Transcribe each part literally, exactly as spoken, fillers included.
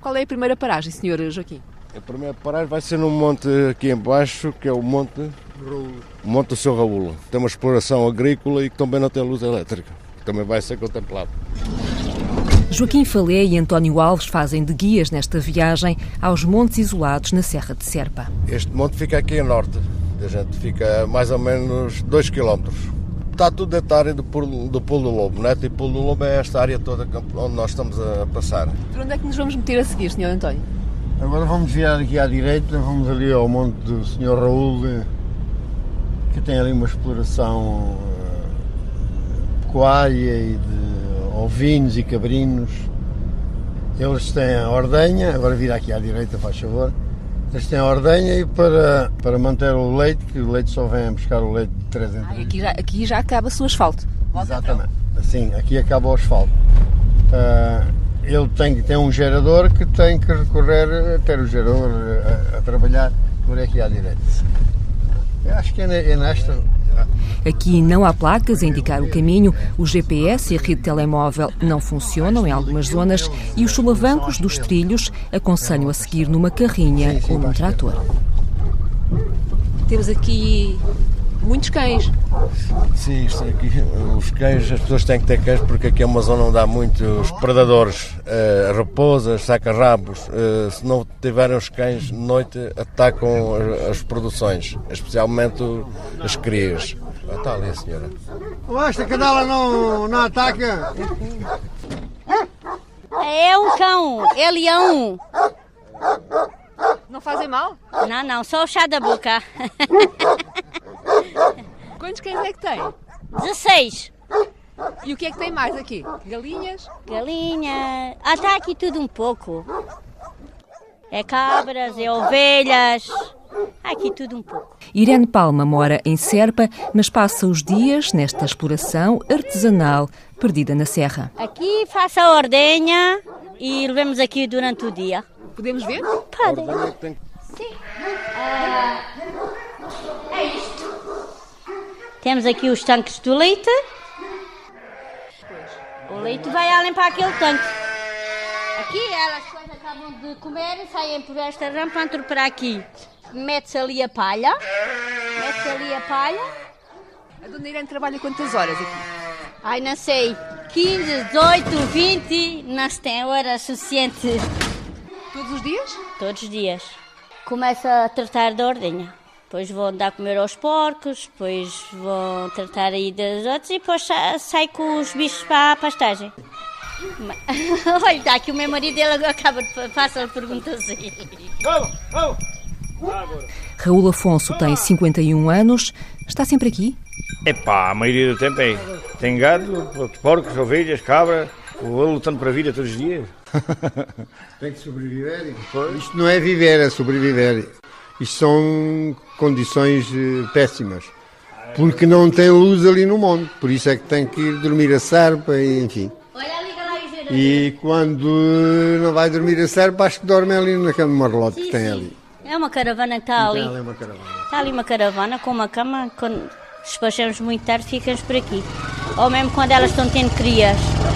Qual é a primeira paragem, senhor Joaquim? A primeira paragem vai ser num monte aqui em baixo, que é o Monte Raul. O Monte do Seu Raul. Tem uma exploração agrícola e que também não tem luz elétrica. Que também vai ser contemplado. Joaquim Falé e António Alves fazem de guias nesta viagem aos montes isolados na Serra de Serpa. Este monte fica aqui a norte. A gente fica a mais ou menos dois quilómetros. Está tudo dentro da área do Pulo do, Pulo do Lobo, né? E o Pulo do Lobo é esta área toda onde nós estamos a passar. Por onde é que nos vamos meter a seguir, senhor António? Agora vamos virar aqui à direita, vamos ali ao monte do senhor Raul, que tem ali uma exploração pecuária e de ovinos e cabrinos. Eles têm a ordenha, agora vira aqui à direita, faz favor. Eles têm a ordenha e para, para manter o leite, que o leite só vem buscar o leite de três em três. Ah, aqui, já, aqui já acaba-se o asfalto. Exatamente, assim, aqui acaba o asfalto. Uh, ele tem, tem um gerador que tem que recorrer, ter o gerador a, a trabalhar por aqui à direita. Eu acho que é, é nesta. Aqui não há placas a indicar o caminho, o G P S e a rede de telemóvel não funcionam em algumas zonas e os solavancos dos trilhos aconselham a seguir numa carrinha ou num trator. Temos aqui muitos cães. Sim, isto aqui, os cães, as pessoas têm que ter cães porque aqui é uma zona onde há muitos predadores, uh, raposas, saca-rabos. Uh, se não tiverem os cães de noite, atacam as, as produções, especialmente as crias. Ah, está ali a senhora. Esta cadela não, não ataca? É um cão, é leão. Não fazem mal? Não, não, só o chá da boca. Quantos cães é que tem? dezesseis. E o que é que tem mais aqui? Galinhas? Galinha. Ah, está aqui tudo um pouco. É cabras, é ovelhas. Aqui tudo um pouco. Irene Palma mora em Serpa, mas passa os dias nesta exploração artesanal perdida na serra. Aqui faço a ordenha e levamos aqui durante o dia. Podemos ver? Pode. Sim. Ah, é isto. Temos aqui os tanques do leite. O leite vai além para aquele tanque. Aqui elas depois acabam de comer, saem por esta rampa, entram para aqui. Mete-se ali a palha. Mete-se ali a palha. A dona Irene trabalha quantas horas aqui? Ai, não sei. quinze, dezoito, vinte. Não se tem hora suficiente. Todos os dias? Todos os dias. Começa a tratar da ordenha. Depois vão dar a comer aos porcos, depois vão tratar aí das outras e depois sai com os bichos para a pastagem. Olha, está aqui o meu marido, ele acaba de fazer perguntas assim. Vamos, vamos! Raul Afonso tem cinquenta e um anos, está sempre aqui? Epá, a maioria do tempo é. Tem gado, porcos, ovelhas, cabra, vou lutando para a vida todos os dias. Tem que sobreviver. Isto não é viver, é sobreviver. Isto são condições péssimas. Porque não tem luz ali no monte. Por isso é que tem que ir dormir a serpa e enfim. E quando não vai dormir a serpa, acho que dorme ali naquele marlote que tem ali. É uma caravana que está ali. Então, é uma caravana. Está ali uma caravana com uma cama. Quando despachamos muito tarde, ficamos por aqui. Ou mesmo quando elas estão tendo crias.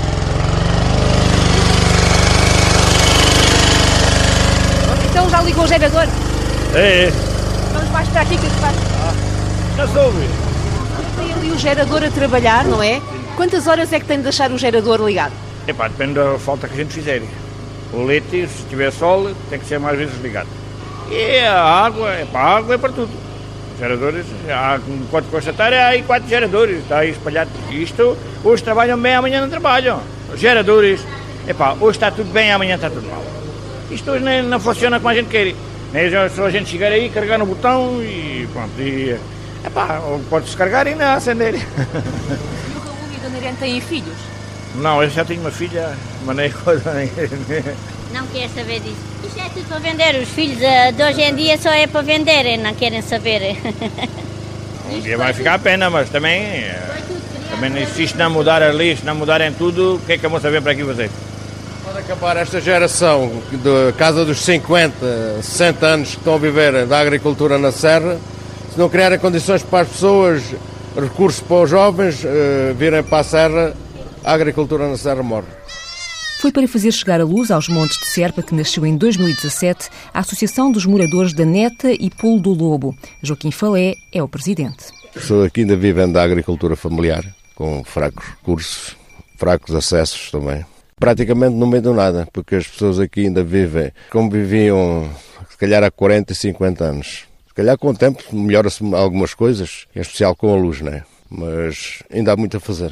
Então já ligou o gerador? É, é. Vamos mais para aqui que se faz. Já soube. Tem ali o gerador a trabalhar, não é? Quantas horas é que tem de deixar o gerador ligado? Epá, depende da falta que a gente fizer. O leite, se tiver sol, tem que ser mais vezes ligado. E a água, epá, a água é para tudo. Os geradores, há, pode constatar, há aí quatro geradores, está aí espalhado. Isto, hoje trabalham bem, amanhã não trabalham. Os geradores, epá, hoje está tudo bem, amanhã está tudo mal. Isto hoje nem, não funciona como a gente quer. Nem só a gente chegar aí, carregar no botão e pronto. E, epá, pode-se carregar e não acender. E o Raul e a dona Irene têm filhos? Não, eu já tenho uma filha, mas nem coisa nem... Não quer saber disso. Isto é tudo para vender. Os filhos de hoje em dia só é para venderem, não querem saber. Um dia vai ficar a pena, mas também... Também se isto não mudar ali, se não mudarem tudo, o que é que a moça vem para aqui fazer? Pode acabar esta geração da casa dos cinquenta, sessenta anos que estão a viver da agricultura na serra, se não criarem condições para as pessoas, recursos para os jovens uh, virem para a serra, a agricultura na serra morre. Foi para fazer chegar a luz aos Montes de Serpa que nasceu em dois mil e dezassete a Associação dos Moradores da Neta e Pulo do Lobo. Joaquim Falé é o presidente. Pessoas aqui ainda vivem da agricultura familiar, com fracos recursos, fracos acessos também. Praticamente no meio do nada, porque as pessoas aqui ainda vivem como viviam, se calhar, há quarenta, cinquenta anos. Se calhar com o tempo melhora-se algumas coisas, em especial com a luz, não é? Mas ainda há muito a fazer.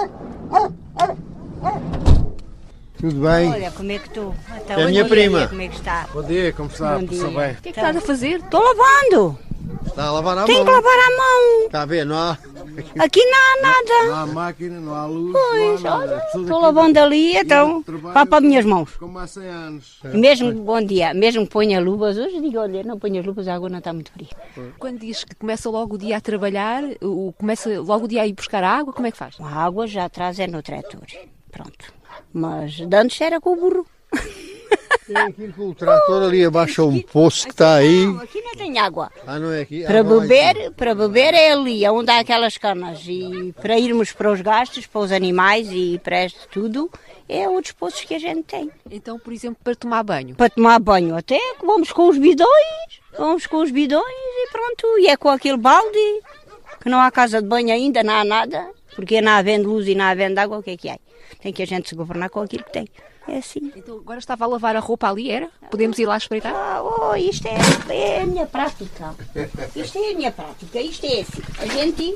Tudo bem? Olha, como é que estou? É a minha prima. Como é que está? Bom dia, como está? Bom dia. Passou bem? O que é que estás a fazer? Estou lavando. Está a lavar a Tenho mão. que lavar a mão. Está a ver, não há? Aqui não há nada. Não há máquina, não há luz, Pois, não há nada. olha, Pessoas estou aqui lavando ali, então, trabalham vá para as minhas mãos. como há cem anos. Mesmo, bom dia, mesmo que ponha luvas, hoje digo, olha, não ponha as luvas, a água não está muito fria. Quando diz que começa logo o dia a trabalhar, o- começa logo o dia a ir buscar a água, como é que faz? A água já atrás é no trator, pronto. Mas de antes era com o burro. Tem aqui com o trator ali abaixo, um poço que está aí. Não, aqui não tem água. Ah, não é aqui? Para Ah, não, beber, para beber é ali, onde há aquelas canas. E para irmos para os gastos, para os animais e para isto tudo, é outros poços que a gente tem. Então, por exemplo, para tomar banho. Para tomar banho até, que vamos com os bidões, vamos com os bidões e pronto. E é com aquele balde, que não há casa de banho ainda, não há nada, porque não havendo luz e não havendo água, o que é que é? Tem que a gente se governar com aquilo que tem. É assim. Então, agora estava a lavar a roupa ali, era? Podemos ir lá espreitar? Ah, oh, isto é, é a minha prática. Isto é a minha prática. Isto é assim. A gente,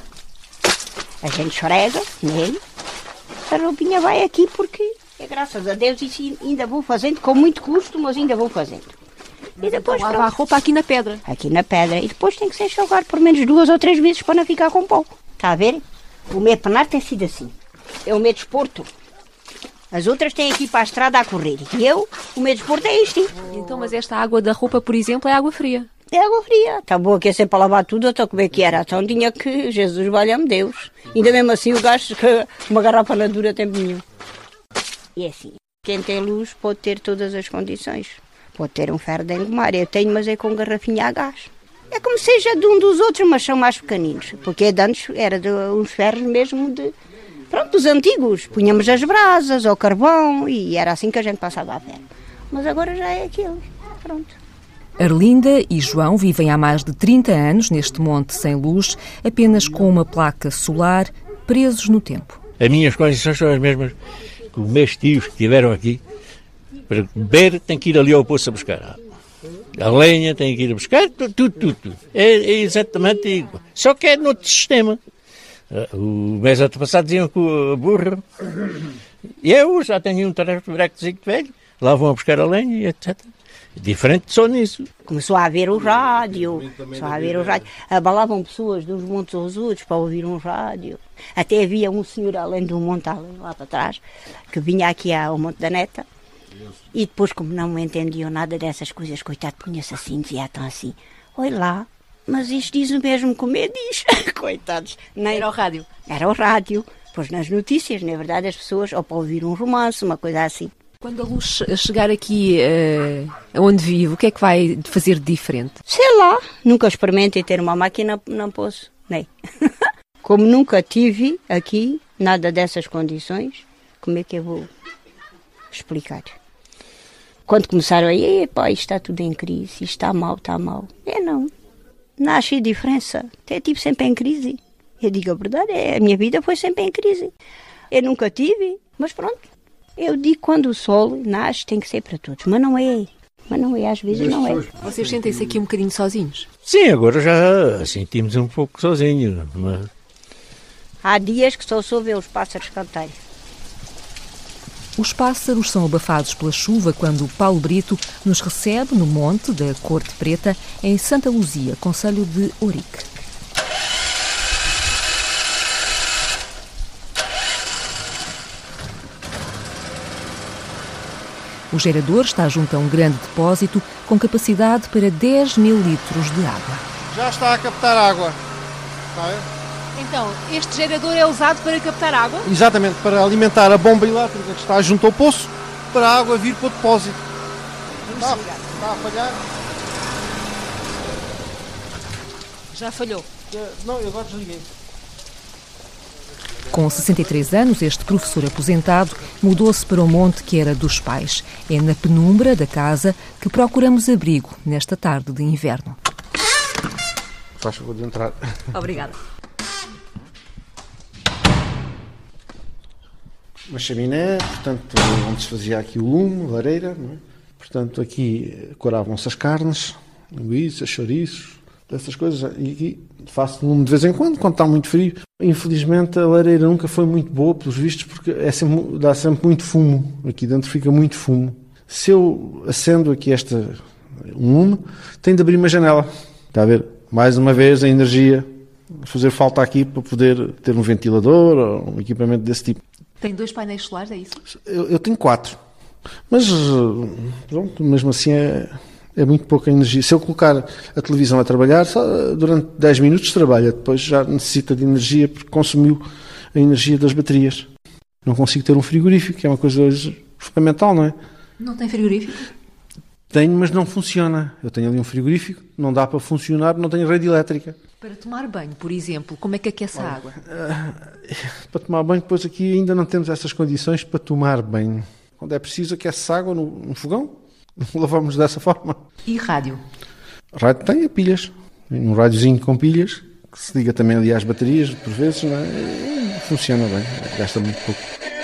a gente esfrega nele. A roupinha vai aqui porque, é, graças a Deus, isso ainda vou fazendo com muito custo, mas ainda vou fazendo. E depois Lava a pronto, roupa aqui na pedra. aqui na pedra. E depois tem que ser enxugado por menos duas ou três vezes para não ficar com pó. Está a ver? O meu penar tem sido assim. É o meu desporto. As outras têm aqui para a estrada a correr. E eu, o meu desporto é isto. Então, mas esta água da roupa, por exemplo, é água fria. É água fria. Está boa que é sempre para lavar tudo, então como é que era? Então tinha que, Jesus valha-me Deus. Ainda mesmo assim o gasto que uma garrafa não dura tempo nenhum. E é assim, quem tem luz pode ter todas as condições. Pode ter um ferro de engomar. Eu tenho, mas é com garrafinha a gás. É como seja de um dos outros, mas são mais pequeninos. Porque de antes era de uns ferros mesmo de... Pronto, dos antigos. Punhamos as brasas ao carvão e era assim que a gente passava a ferro. Mas agora já é aquilo. Pronto. Arlinda e João vivem há mais de trinta anos neste monte sem luz, apenas com uma placa solar, presos no tempo. As minhas condições são as mesmas que os meus tios que estiveram aqui. Para beber, tem que ir ali ao poço a buscar água. A lenha tem que ir a buscar, tudo, tudo, tudo. tudo. É, é exatamente igual. Só que é noutro sistema. O mês antepassado diziam que o burro... E eu já tenho um treco-brecozinho velho. Lá vão a buscar a lenha e etcétera. Diferente só nisso. Começou a haver o rádio, começou a haver o rádio. Abalavam pessoas de uns montes aos outros para ouvir um rádio. Até havia um senhor além do monte, lá para trás, que vinha aqui ao Monte da Neta. E depois, como não entendiam nada dessas coisas, coitado, punha-se assim, dizia tão assim, olha lá, mas isto diz o mesmo que o meu diz. Coitados. Nem... Era o rádio. Era o rádio. Pois nas notícias, na verdade, as pessoas, ou para ouvir um romance, uma coisa assim. Quando a luz chegar aqui uh, onde vivo, o que é que vai fazer de diferente? Sei lá, nunca experimentei ter uma máquina, não posso, nem. Como nunca tive aqui nada dessas condições, como é que eu vou explicar? Quando começaram aí, epá, isto está tudo em crise, isto está mal, está mal. É não, não achei diferença, até tive sempre em crise. Eu digo a verdade, é, a minha vida foi sempre em crise. Eu nunca tive, mas pronto. Eu digo quando o sol nasce tem que ser para todos, mas não é. Mas não é, às vezes não é. Vocês sentem-se aqui um bocadinho sozinhos? Sim, agora já sentimos um pouco sozinhos. Mas... Há dias que só soube os pássaros cantarem. Os pássaros são abafados pela chuva quando o Paulo Brito nos recebe no Monte da Corte Preta, em Santa Luzia, concelho de Ourique. O gerador está junto a um grande depósito com capacidade para dez mil litros de água. Já está a captar água. Está a ver? Então, este gerador é usado para captar água? Exatamente, para alimentar a bomba elétrica que está junto ao poço, para a água vir para o depósito. Está, está a falhar? Já falhou. Não, eu agora desliguei. Com sessenta e três anos, este professor aposentado mudou-se para o monte que era dos pais. É na penumbra da casa que procuramos abrigo nesta tarde de inverno. Faz favor de entrar. Obrigada. Uma chaminé, portanto, onde se fazia aqui o lume, lareira, não é? Portanto, aqui coravam-se as carnes, linguiças, chouriços, essas coisas. E aqui faço lume de vez em quando, quando está muito frio. Infelizmente, a lareira nunca foi muito boa, pelos vistos, porque é sempre, dá sempre muito fumo. Aqui dentro fica muito fumo. Se eu acendo aqui esta lume, tenho de abrir uma janela. Está a ver? Mais uma vez, a energia fazer falta aqui para poder ter um ventilador ou um equipamento desse tipo. Tem dois painéis solares, é isso? Eu, eu tenho quatro. Mas, pronto, mesmo assim é, é muito pouca energia. Se eu colocar a televisão a trabalhar, só durante dez minutos trabalha. Depois já necessita de energia porque consumiu a energia das baterias. Não consigo ter um frigorífico, que é uma coisa hoje fundamental, não é? Não tem frigorífico? Tenho, mas não funciona. Eu tenho ali um frigorífico, não dá para funcionar, não tenho rede elétrica. Para tomar banho, por exemplo, como é que aquece a água? Uh, para tomar banho, depois aqui ainda não temos essas condições para tomar banho. Quando é preciso, aquece água no, no fogão, lavamos dessa forma. E rádio? Rádio tem pilhas, um rádiozinho com pilhas, que se liga também ali às baterias, por vezes, não é? Funciona bem, gasta muito pouco.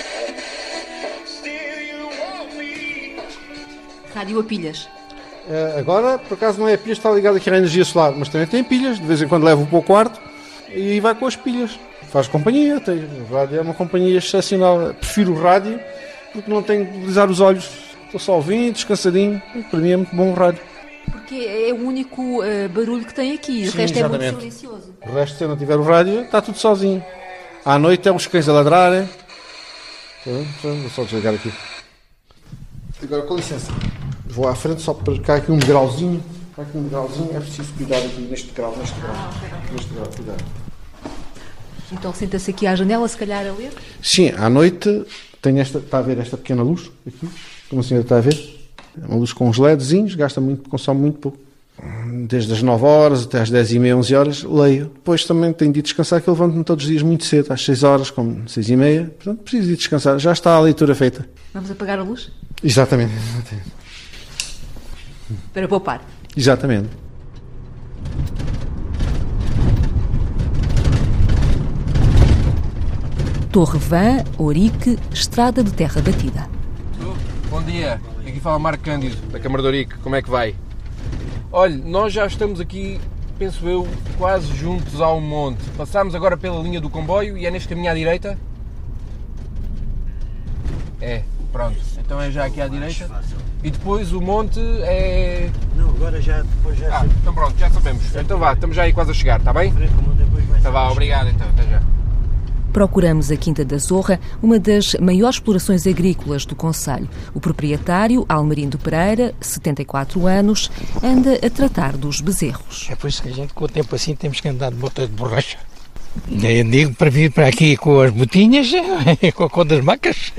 Rádio a pilhas? Uh, agora, por acaso, não é a pilhas, está ligado aqui à energia solar, mas também tem pilhas, de vez em quando levo para o quarto e vai com as pilhas. Faz companhia, tem, o rádio é uma companhia excepcional. Prefiro o rádio porque não tenho de utilizar os olhos, estou só ouvindo, descansadinho, para mim é muito bom o rádio. Porque é o único uh, barulho que tem aqui, o Sim, resto exatamente. É muito silencioso. O resto, se eu não tiver o rádio, está tudo sozinho. À noite é os cães a ladrarem. Vou só desligar aqui. Agora, com licença. Vou à frente só para cá aqui um degrauzinho. Cá aqui um degrauzinho, é preciso cuidar aqui neste degrau, neste degrau. Neste degrau, cuidado. Então senta-se aqui à janela, se calhar, a ler? Sim, à noite tem esta, está a ver esta pequena luz aqui, como a senhora está a ver. É uma luz com uns LEDzinhos, gasta muito, consome muito pouco. Desde as nove horas até às dez e meia, onze horas, leio. Depois também tenho de descansar, que eu levanto-me todos os dias muito cedo, às seis horas, como seis e meia. Portanto, preciso de descansar. Já está a leitura feita. Vamos apagar a luz? Exatamente. Para poupar. Exatamente. Torre Vã, Ourique, estrada de terra batida. Bom dia, aqui fala Marco Cândido, da Câmara de Ourique, como é que vai? Olha, nós já estamos aqui, penso eu, quase juntos ao monte. Passámos agora pela linha do comboio e é neste caminho à direita? É, pronto, então é já aqui à direita. E depois o monte é... Não, agora já, depois já... Ah, então pronto, já sabemos. Então vá, estamos já aí quase a chegar, está bem? Então vá, obrigado então, até já. Procuramos a Quinta da Zorra, uma das maiores explorações agrícolas do concelho. O proprietário, Almerindo Pereira, setenta e quatro anos, anda a tratar dos bezerros. É por isso que a gente, com o tempo assim, temos que andar de bota de borracha. Eu digo para vir para aqui com as botinhas, com a cor das macas.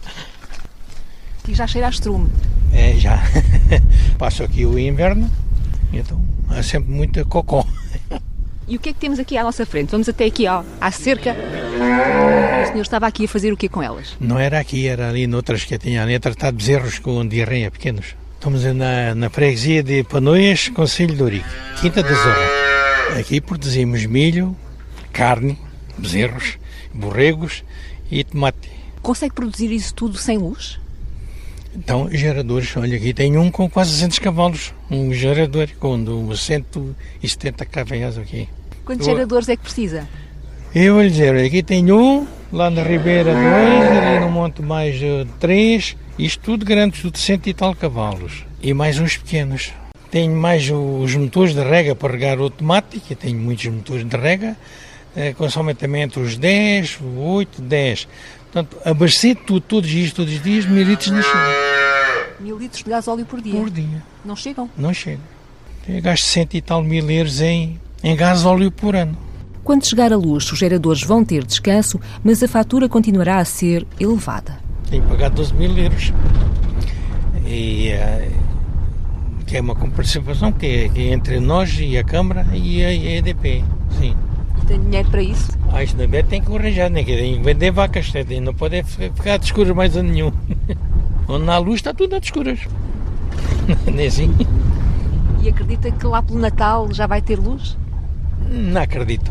E já cheira a estrume. É, já. Passo aqui o inverno, então há sempre muita cocó. E o que é que temos aqui à nossa frente? Vamos até aqui ó, à cerca. O senhor estava aqui a fazer o quê com elas? Não era aqui, era ali noutras que eu tinha ali a tratar de bezerros com diarreia pequenos. Estamos na, na freguesia de Panoias, concelho de Ourique, Quinta da Zorra. Aqui produzimos milho, carne, bezerros, borregos e tomate. Consegue produzir isso tudo sem luz? Então, geradores, olha, aqui tem um com quase duzentos cavalos, um gerador com cento e setenta cavalos aqui. Quantos geradores é que precisa? Eu vou lhe dizer, aqui tem um, lá na Ribeira dois, ali no Monte mais uh, três, isto tudo grande, tudo cento e tal cavalos, e mais uns pequenos. Tenho mais os motores de rega para regar o tomate, que tenho muitos motores de rega, uh, consomem também entre os dez, oito, dez. Portanto, abastecer tudo, todos os dias, todos os dias, mil litros de chuva. Mil litros de gás óleo por dia? Por dia. Não chegam? Não chega. Eu gasto cento e tal mil euros em, em gás óleo por ano. Quando chegar a luz, os geradores vão ter descanso, mas a fatura continuará a ser elevada. Tenho que pagar doze mil euros. E uh, que é uma compensação que é, que é entre nós e a Câmara e a, a E D P. Sim. E tem dinheiro para isso? Ah, isto na B tem que arranjar, né? Tem que vender vacas, não pode ficar de escuras mais a nenhum. Onde na luz está tudo a de escuras. Não é assim? E acredita que lá pelo Natal já vai ter luz? Não acredito.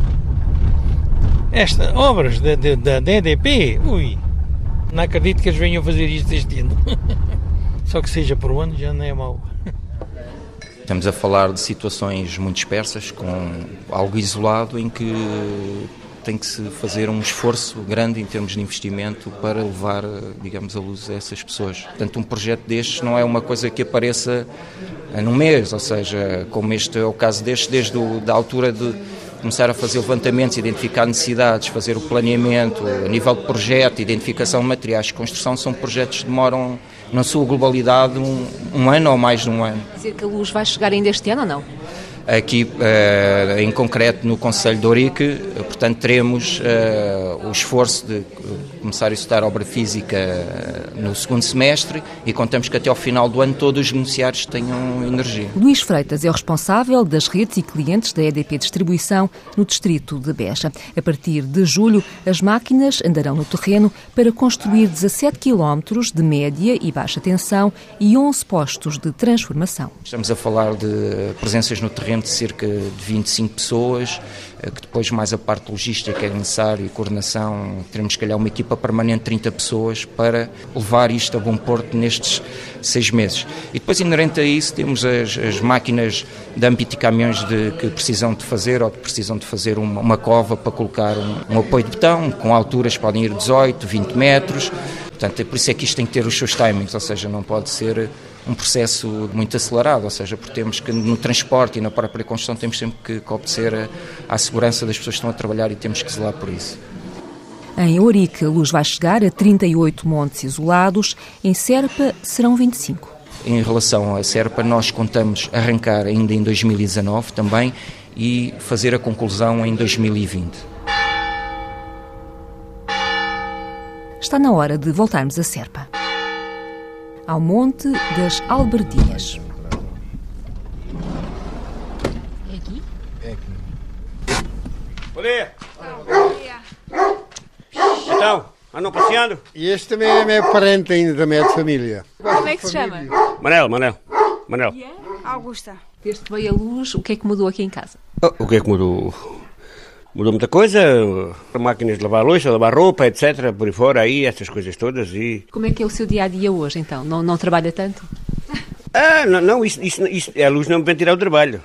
Estas obras da, da, da E D P, ui, não acredito que eles venham fazer isto este ano. Só que seja por um ano já não é mau. Estamos a falar de situações muito dispersas, com algo isolado, em que tem que se fazer um esforço grande em termos de investimento para levar, digamos, a luz a essas pessoas. Portanto, um projeto destes não é uma coisa que apareça num mês, ou seja, como este é o caso deste, desde o, da altura de começar a fazer levantamentos, identificar necessidades, fazer o planeamento, a nível de projeto, identificação de materiais de construção, são projetos que demoram, na sua globalidade, um, um ano ou mais de um ano. Quer dizer que a luz vai chegar ainda este ano ou não? Aqui, uh, em concreto, no Concelho de Ourique, portanto, teremos uh, o esforço de começar a estudar obra física no segundo semestre e contamos que até ao final do ano todos os beneficiários tenham energia. Luís Freitas é o responsável das redes e clientes da E D P Distribuição no distrito de Beja. A partir de julho, as máquinas andarão no terreno para construir dezassete quilómetros de média e baixa tensão e onze postos de transformação. Estamos a falar de presenças no terreno de cerca de vinte e cinco pessoas, que depois mais a parte logística é necessária e coordenação, teremos se calhar uma equipa permanente de trinta pessoas para levar isto a bom porto nestes seis meses. E depois, inerente a isso, temos as, as máquinas de ambiticamões de, que precisam de fazer ou que precisam de fazer uma, uma cova para colocar um, um apoio de betão, com alturas que podem ir dezoito, vinte metros. Portanto, é por isso é que isto tem que ter os seus timings, ou seja, não pode ser um processo muito acelerado, ou seja, porque temos que, no transporte e na própria construção, temos sempre que, que obedecer à segurança das pessoas que estão a trabalhar e temos que zelar por isso. Em Ourique, a luz vai chegar a trinta e oito montes isolados, em Serpa serão vinte e cinco. Em relação à Serpa, nós contamos arrancar ainda em dois mil e dezanove também e fazer a conclusão em dois mil e vinte. Está na hora de voltarmos a Serpa, ao Monte das Albardinhas. É aqui? É aqui. Bom dia. Bom dia. Então, andam passeando? E este também é meu parente ainda, também é de família. Como é que se chama? Manel, Manel. Manel. E é? Augusta. Desde que veio a luz, o que é que mudou aqui em casa? Oh, o que é que mudou? Mudou muita coisa, máquinas de lavar louça, lavar roupa, etcétera, por aí fora, aí, essas coisas todas. E... Como é que é o seu dia-a-dia hoje, então? Não, não trabalha tanto? Ah, não, não isso, isso, isso, a luz não me vem tirar o trabalho.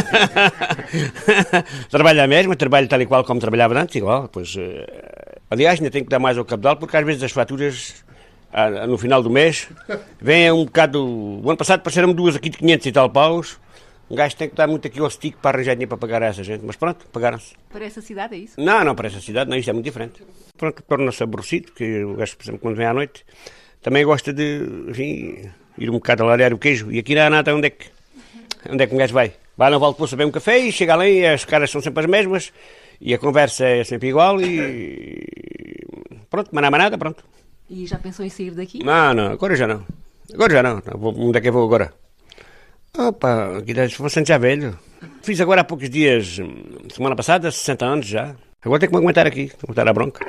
Trabalho a mesma, trabalho tal e qual como trabalhava antes, igual. Pois, uh, aliás, ainda tenho que dar mais ao cabedal, porque às vezes as faturas, uh, no final do mês, vêm um bocado... O ano passado pareceram-me duas aqui de quinhentos e tal paus. Um gajo tem que dar muito aqui ao stick para arranjar dinheiro para pagar a essa gente. Mas pronto, pagaram-se. Para essa cidade, é isso? Não, não para essa cidade, não, isto é muito diferente. Pronto, torna-se aborrecido, porque o gajo, por exemplo, quando vem à noite, também gosta de, enfim, ir um bocado a larear o queijo. E aqui na nata, onde é que, onde é que um gajo vai? Vai no Vale de Poço a beber um café e chega ali e as caras são sempre as mesmas e a conversa é sempre igual e... Pronto, mas não há mais nada, pronto. E já pensou em sair daqui? Não, não, agora já não. Agora já não. não vou, onde é que eu vou agora? Opa, aqui vou sendo já velho. Fiz agora há poucos dias, semana passada, sessenta anos já. Agora tenho que me aguentar aqui, tenho que aguentar a bronca.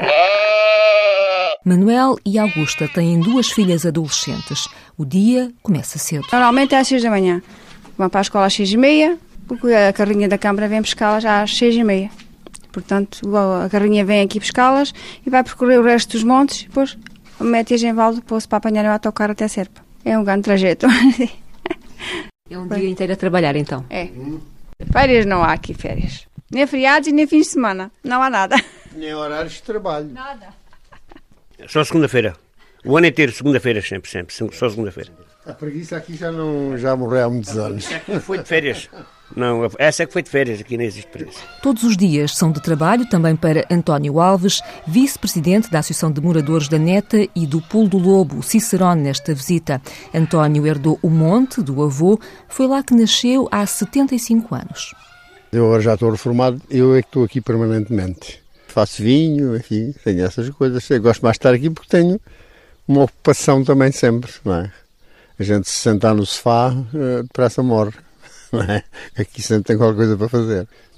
Manuel e Augusta têm duas filhas adolescentes. O dia começa cedo. Normalmente é às seis da manhã. Vão para a escola às seis e meia, porque a carrinha da Câmara vem pescá-las às seis e meia. Portanto, a carrinha vem aqui pescá-las e vai percorrer o resto dos montes e depois mete-as em Val do Poço para apanhar o autocarro até Serpa. É um grande trajeto. É um dia inteiro a trabalhar, então? É. Férias não há aqui, férias. Nem feriados e nem fins de semana. Não há nada. Nem horários de trabalho. Nada. Só segunda-feira. O ano inteiro, segunda-feira, sempre, sempre. Só segunda-feira. A preguiça aqui já, não, já morreu há muitos anos. Aqui foi de férias. Não, essa é que foi de férias, aqui não existe preguiça. Todos os dias são de trabalho também para António Alves, vice-presidente da Associação de Moradores da Neta e do Pulo do Lobo, Cicerone, nesta visita. António herdou o monte do avô, foi lá que nasceu há setenta e cinco anos. Eu agora já estou reformado, eu é que estou aqui permanentemente. Faço vinho, enfim, tenho essas coisas. Eu gosto mais de estar aqui porque tenho uma ocupação também sempre, não é? A gente se sentar no sofá, depressa morre. Não é? Aqui sempre tem qualquer coisa para fazer.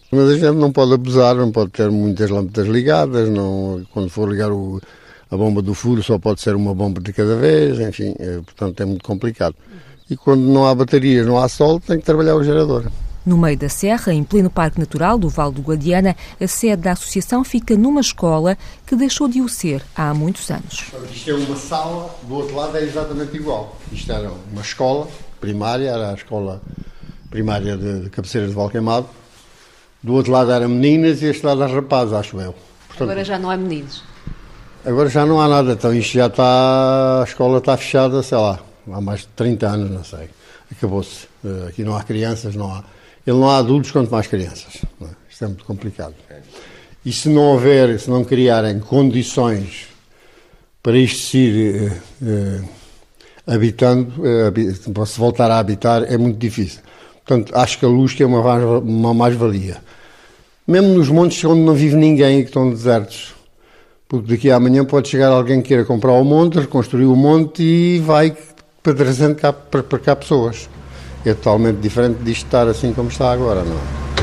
Mas a gente não pode abusar, não pode ter muitas lâmpadas ligadas, não, quando for ligar o, a bomba do furo só pode ser uma bomba de cada vez, enfim, é, portanto é muito complicado. E quando não há baterias, não há sol, tem que trabalhar o gerador. No meio da serra, em pleno Parque Natural do Vale do Guadiana, a sede da associação fica numa escola que deixou de o ser há muitos anos. Isto é uma sala, do outro lado é exatamente igual. Isto era uma escola primária, era a escola primária de, de cabeceira de Valqueimado. Do outro lado eram meninas e este lado era rapazes, acho eu. Portanto, agora já não há meninos? Agora já não há nada, então isto já está, a escola está fechada, sei lá, há mais de trinta anos, não sei. Acabou-se. Aqui não há crianças, não há... Ele não há adultos quanto mais crianças. Não é? Isto é muito complicado. E se não houver, se não criarem condições para isto se ir eh, habitando, eh, para se voltar a habitar, é muito difícil. Portanto, acho que a luz que é uma, uma mais-valia. Mesmo nos montes onde não vive ninguém e que estão desertos. Porque daqui a amanhã pode chegar alguém que queira comprar o monte, reconstruir o monte e vai para trazendo cá, para, para cá pessoas. É totalmente diferente disto estar assim como está agora, não é?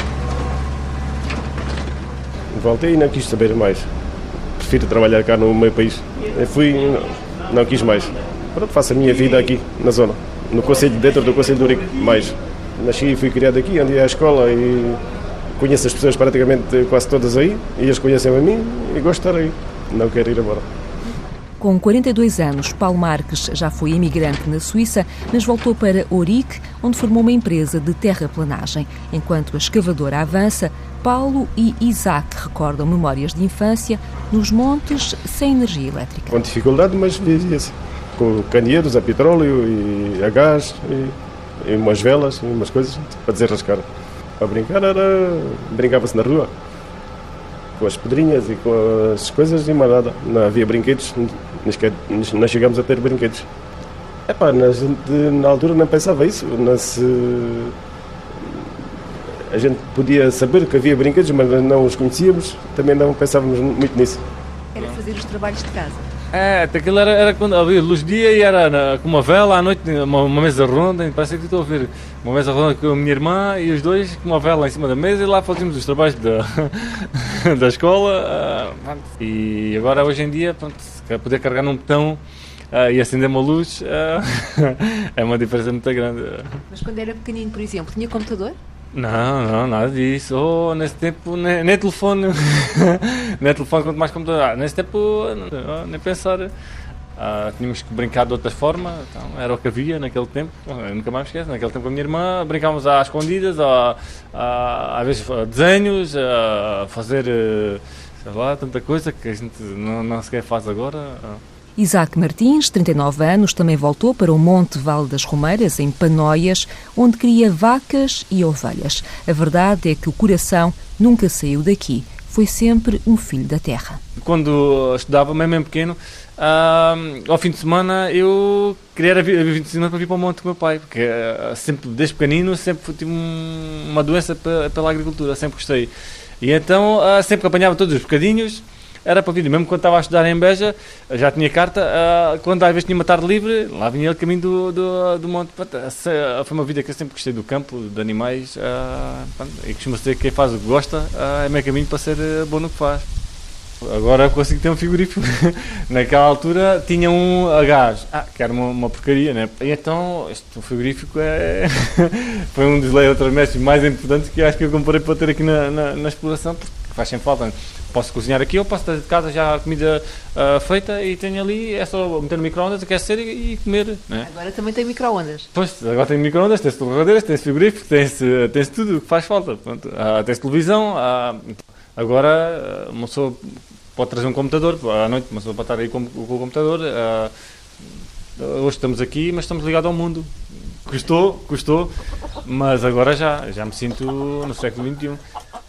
Voltei e não quis saber mais. Prefiro trabalhar cá no meu país. Eu fui, não, não quis mais. Pronto, faço a minha vida aqui, na zona. No concelho, dentro do concelho do Urique, mais. Nasci e fui criado aqui, andei à escola e conheço as pessoas praticamente quase todas aí. E eles conhecem a mim e gosto de estar aí. Não quero ir embora. Com quarenta e dois anos, Paulo Marques já foi imigrante na Suíça, mas voltou para Ourique, onde formou uma empresa de terraplanagem. Enquanto a escavadora avança, Paulo e Isaac recordam memórias de infância nos montes sem energia elétrica. Com dificuldade, mas vivia-se. Com candeeiros a petróleo e a gás e, e umas velas e umas coisas para desenrascar. Para brincar era... brincava-se na rua. Com as pedrinhas e com as coisas e mais nada. Não havia brinquedos, não chegámos a ter brinquedos. Epá, na, na altura não pensava isso. Não se, a gente podia saber que havia brinquedos, mas não os conhecíamos, também não pensávamos muito nisso. Era fazer os trabalhos de casa? É, aquilo era, era quando havia luz de dia e era na, com uma vela à noite, uma, uma mesa ronda, parece que estou a ver uma mesa ronda com a minha irmã e os dois com uma vela em cima da mesa e lá fazíamos os trabalhos da, da escola. Uh, e agora, hoje em dia, pronto, poder carregar num botão uh, e acender uma luz uh, é uma diferença muito grande. Mas quando era pequenino, por exemplo, tinha computador? Não, não, nada disso. Oh, nesse tempo, nem, nem telefone, nem telefone, quanto mais computador. Ah, nesse tempo, não, nem pensar. Ah, tínhamos que brincar de outra forma, então, era o que havia naquele tempo. Eu nunca mais me esqueço. Naquele tempo, com a minha irmã, brincávamos às escondidas, a, a, às vezes desenhos, a fazer, sei lá, tanta coisa que a gente não, não sequer faz agora. Isaac Martins, trinta e nove anos, também voltou para o Monte Vale das Romeiras, em Panóias, onde cria vacas e ovelhas. A verdade é que o coração nunca saiu daqui. Foi sempre um filho da terra. Quando estudava, mesmo em pequeno, uh, ao fim de semana eu queria vir, vir de semana para vir para o monte com o meu pai, porque uh, sempre, desde pequenino, sempre tive um, uma doença pela, pela agricultura, sempre gostei. E então, uh, sempre que apanhava todos os bocadinhos, era para vir, mesmo quando estava a estudar em Beja, já tinha carta, uh, quando às vezes tinha uma tarde livre, lá vinha ele caminho do, do, do monte. Foi uma vida que eu sempre gostei do campo, de animais, uh, e costumo dizer que quem faz o que gosta uh, é meio caminho para ser bom no que faz. Agora consigo ter um frigorífico. Naquela altura tinha um a gás, ah, que era uma, uma porcaria, né? E então este frigorífico é foi um dos eletrodomésticos mais importantes que acho que eu comprei para ter aqui na, na, na exploração, porque faz sempre falta. Posso cozinhar aqui, eu posso trazer de casa já a comida uh, feita e tenho ali, é só meter no micro-ondas, aquecer e, e comer. Né? Agora também tem micro-ondas. Pois, agora tem micro-ondas, tem-se torradeiras, tem-se frigorífico, tem-se, tem-se tudo o que faz falta. Pronto, uh, tem-se televisão, uh, agora uh, uma pessoa pode trazer um computador, à noite uma pessoa pode estar aí com, com o computador. Uh, hoje estamos aqui, mas estamos ligados ao mundo. Custou, custou, mas agora já, já me sinto no século vinte e um.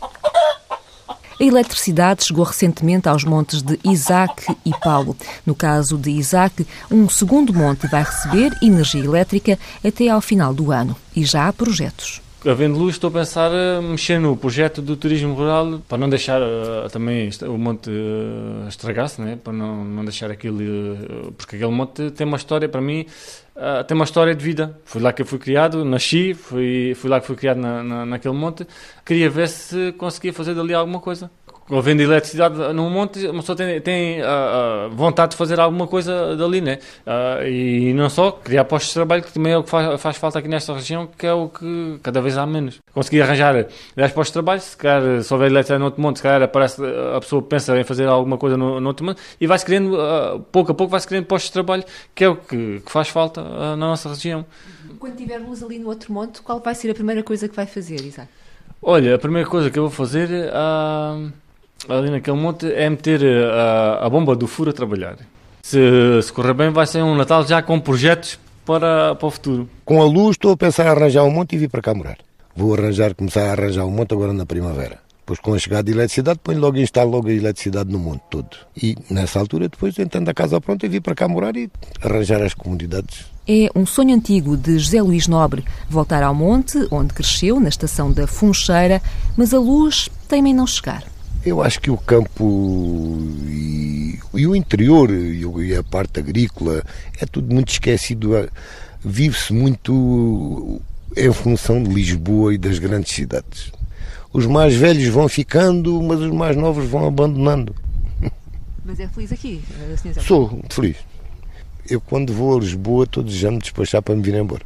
A eletricidade chegou recentemente aos montes de Isaac e Paulo. No caso de Isaac, um segundo monte vai receber energia elétrica até ao final do ano. E já há projetos. havendo luz, estou a pensar a mexer no projeto do turismo rural para não deixar uh, também o monte uh, estragar-se, né? Para não, não deixar aquilo... Uh, porque aquele monte tem uma história, para mim, uh, tem uma história de vida. Foi lá que eu fui criado, nasci, fui, fui lá que fui criado na, na, naquele monte. Queria ver se conseguia fazer dali alguma coisa. Havendo eletricidade num monte, uma pessoa tem, tem uh, uh, vontade de fazer alguma coisa dali, né? Uh, e não só, criar postos de trabalho, que também é o que faz, faz falta aqui nesta região, que é o que cada vez há menos. Consegui arranjar dez postos de trabalho, se calhar, se houver eletricidade no outro monte, se calhar aparece, a pessoa pensa em fazer alguma coisa no, no outro monte, e vai-se criando, uh, pouco a pouco, vai-se criando postos de trabalho, que é o que, que faz falta uh, na nossa região. Quando tiver luz ali no outro monte, qual vai ser a primeira coisa que vai fazer, Isaac? Olha, a primeira coisa que eu vou fazer... Uh, ali naquele monte é meter a, a bomba do furo a trabalhar. Se, se correr bem, vai ser um Natal já com projetos para, para o futuro. Com a luz estou a pensar em arranjar um monte e vir para cá morar. Vou arranjar, começar a arranjar um monte agora na primavera. Depois, com a chegada de eletricidade, ponho logo, instalo logo a eletricidade no monte todo. E nessa altura, depois, entrando a casa pronta, vir para cá morar e arranjar as comunidades. É um sonho antigo de José Luís Nobre, voltar ao monte, onde cresceu, na estação da Funcheira, mas a luz teima em não chegar. Eu acho que o campo e, e o interior e, e a parte agrícola é tudo muito esquecido. Vive-se muito em função de Lisboa e das grandes cidades. Os mais velhos vão ficando, mas os mais novos vão abandonando. Mas é feliz aqui, senhor Zé? Sou muito feliz. Eu, quando vou a Lisboa, estou desejando me despachar para me vir embora.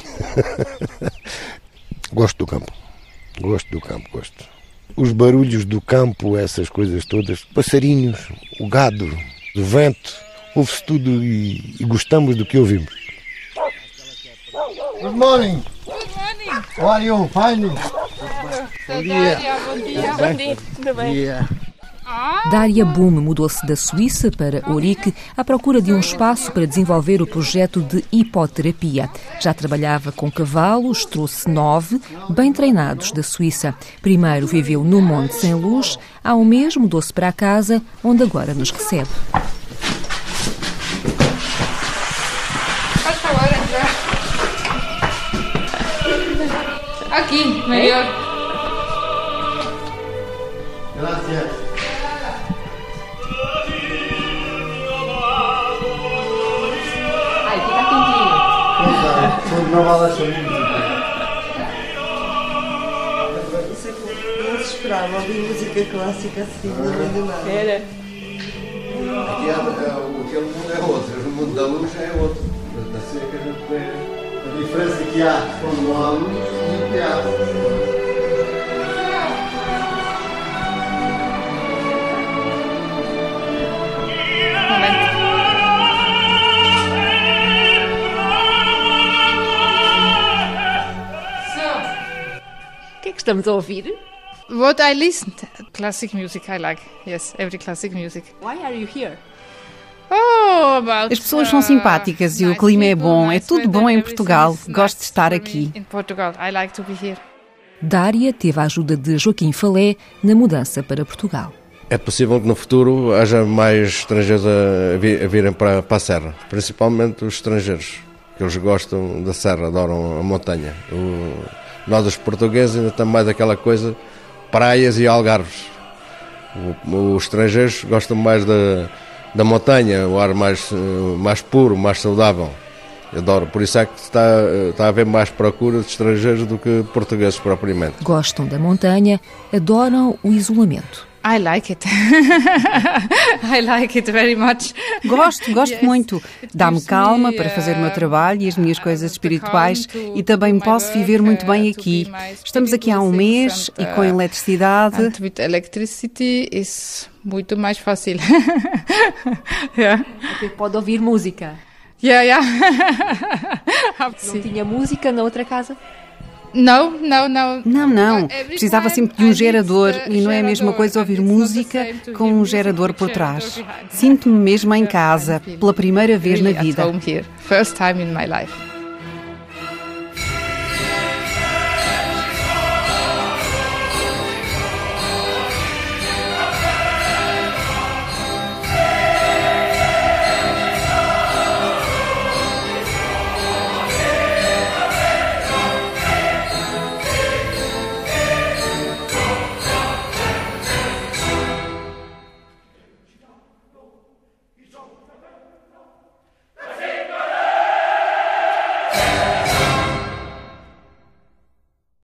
Gosto do campo. Gosto do campo, gosto. Os barulhos do campo, essas coisas todas, passarinhos, o gado, o vento, ouve-se tudo e, e gostamos do que ouvimos. Good morning. Good morning. How are you? Fine? Bom dia. Bom dia. Bom dia. Tudo bem? Dária Bume mudou-se da Suíça para Ourique à procura de um espaço para desenvolver o projeto de hipoterapia. Já trabalhava com cavalos, trouxe nove, bem treinados da Suíça. Primeiro viveu no Monte Sem Luz, há um mês mudou-se para a casa, onde agora nos recebe. Faz favor, entrar. Aqui, melhor. Gracias. Não vale a sua música. Isso é que não se esperava, ouvir música clássica assim, no meio do nada. Era. Aqui há, aquele mundo é outro, o mundo da luz é outro. Da seca a gente vê a diferença que há quando não há luz e o que há. O que é que estamos a ouvir? What I listen to. Classic music I like. Yes, every classic music. Why are you here? Oh, about, As pessoas são simpáticas e o clima é bom. É tudo bom em Portugal. Gosto de estar aqui. In Portugal, I like to be here. Dária teve a ajuda de Joaquim Falé na mudança para Portugal. É possível que no futuro haja mais estrangeiros a, vi, a virem para, para a Serra, principalmente os estrangeiros, que eles gostam da Serra, adoram a montanha. O, nós, os portugueses, ainda temos mais aquela coisa, praias e algarves. O, os estrangeiros gostam mais da, da montanha, o ar mais, mais puro, mais saudável. Eu adoro, por isso é que está, está a haver mais procura de estrangeiros do que portugueses propriamente. Gostam da montanha, adoram o isolamento. I like it. I like it very much. Gosto, gosto yes. muito. Dá-me calma para fazer o meu trabalho e as minhas coisas espirituais e também me posso viver muito bem aqui. Estamos aqui há um mês e com eletricidade. And with electricity is muito mais fácil. Yeah. Você pode ouvir música. Yeah, yeah. Não tinha música na outra casa? Não, não, não. Não, não. Precisava sempre de um gerador e não é a mesma coisa ouvir música com um gerador por trás. Sinto-me mesmo em casa, pela primeira vez na vida. First time in my life.